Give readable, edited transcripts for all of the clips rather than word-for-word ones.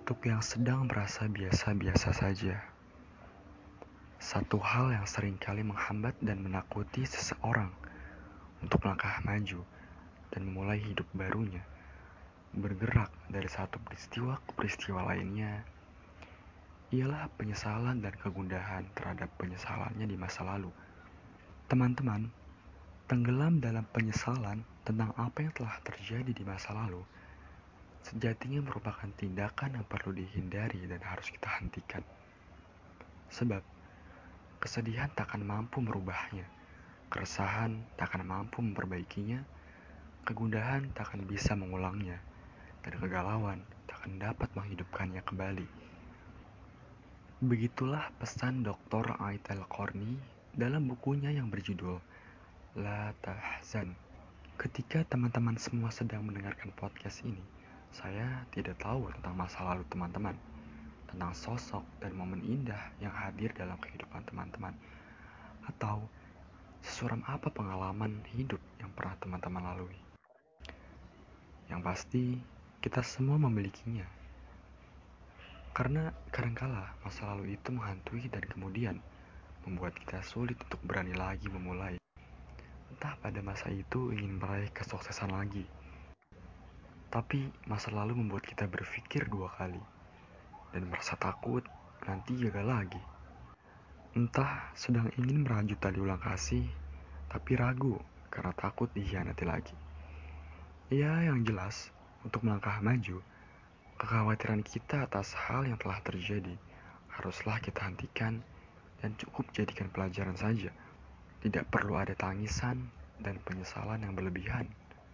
Untuk yang sedang merasa biasa-biasa saja, satu hal yang seringkali menghambat dan menakuti seseorang untuk melangkah maju dan memulai hidup barunya, bergerak dari satu peristiwa ke peristiwa lainnya, ialah penyesalan dan kegundahan terhadap penyesalannya di masa lalu. Teman-teman, tenggelam dalam penyesalan tentang apa yang telah terjadi di masa lalu sejatinya merupakan tindakan yang perlu dihindari dan harus kita hentikan. Sebab, kesedihan takkan mampu merubahnya, keresahan takkan mampu memperbaikinya, kegundahan takkan bisa mengulangnya, dan kegalauan takkan dapat menghidupkannya kembali. Begitulah pesan Dr. Ait Al-Qarni dalam bukunya yang berjudul La Tahzan. Ketika teman-teman semua sedang mendengarkan podcast ini, saya tidak tahu tentang masa lalu teman-teman, tentang sosok dan momen indah yang hadir dalam kehidupan teman-teman, atau sesuram apa pengalaman hidup yang pernah teman-teman lalui. Yang pasti, kita semua memilikinya. Karena kadangkala masa lalu itu menghantui dan kemudian membuat kita sulit untuk berani lagi memulai. Entah pada masa itu ingin meraih kesuksesan lagi, tapi masa lalu membuat kita berpikir dua kali dan merasa takut nanti gagal lagi. Entah sedang ingin merajut tali ulang kasih, tapi ragu karena takut dikhianati lagi. Ya, yang jelas, untuk melangkah maju, kekhawatiran kita atas hal yang telah terjadi haruslah kita hentikan dan cukup jadikan pelajaran saja. Tidak perlu ada tangisan dan penyesalan yang berlebihan.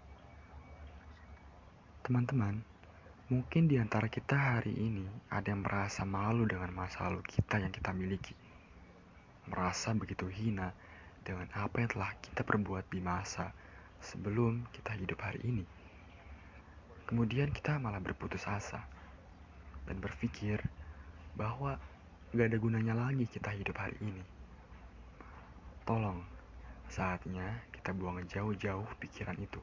Teman-teman, mungkin di antara kita hari ini ada yang merasa malu dengan masa lalu kita yang kita miliki. Merasa begitu hina dengan apa yang telah kita perbuat di masa sebelum kita hidup hari ini. Kemudian kita malah berputus asa dan berpikir bahwa gak ada gunanya lagi kita hidup hari ini. Tolong, saatnya kita buang jauh-jauh pikiran itu.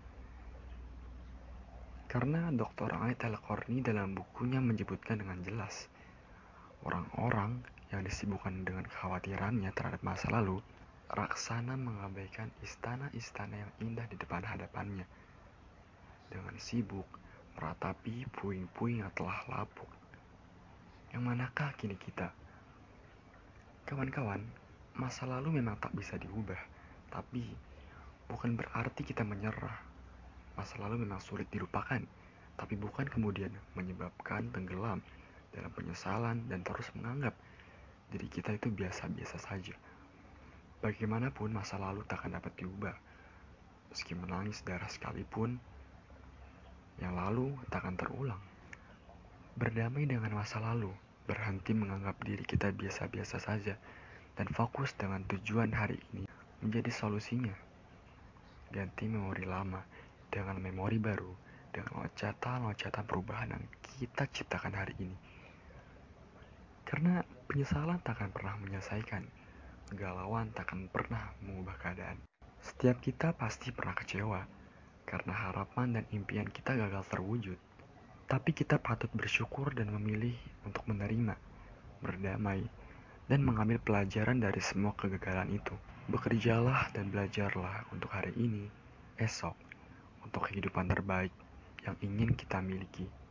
Karena Dr. Ait Al-Qarni dalam bukunya menyebutkan dengan jelas, orang-orang yang disibukkan dengan kekhawatirannya terhadap masa lalu, raksana mengabaikan istana-istana yang indah di depan hadapannya. Dengan sibuk meratapi puing-puing yang telah lapuk. Yang manakah kini kita? Kawan-kawan, masa lalu memang tak bisa diubah, tapi bukan berarti kita menyerah. Masa lalu memang sulit dilupakan, tapi bukan kemudian menyebabkan tenggelam dalam penyesalan dan terus menganggap diri kita itu biasa-biasa saja. Bagaimanapun masa lalu takkan dapat diubah. Meski menangis darah sekalipun, yang lalu takkan terulang. Berdamai dengan masa lalu, berhenti menganggap diri kita biasa-biasa saja, dan fokus dengan tujuan hari ini menjadi solusinya. Ganti memori lama dengan memori baru, dengan loncatan-loncatan perubahan yang kita ciptakan hari ini. Karena penyesalan takkan pernah menyelesaikan, kegalauan takkan pernah mengubah keadaan. Setiap kita pasti pernah kecewa, karena harapan dan impian kita gagal terwujud. Tapi kita patut bersyukur dan memilih untuk menerima, berdamai, dan mengambil pelajaran dari semua kegagalan itu. Bekerjalah dan belajarlah untuk hari ini, esok, untuk kehidupan terbaik yang ingin kita miliki.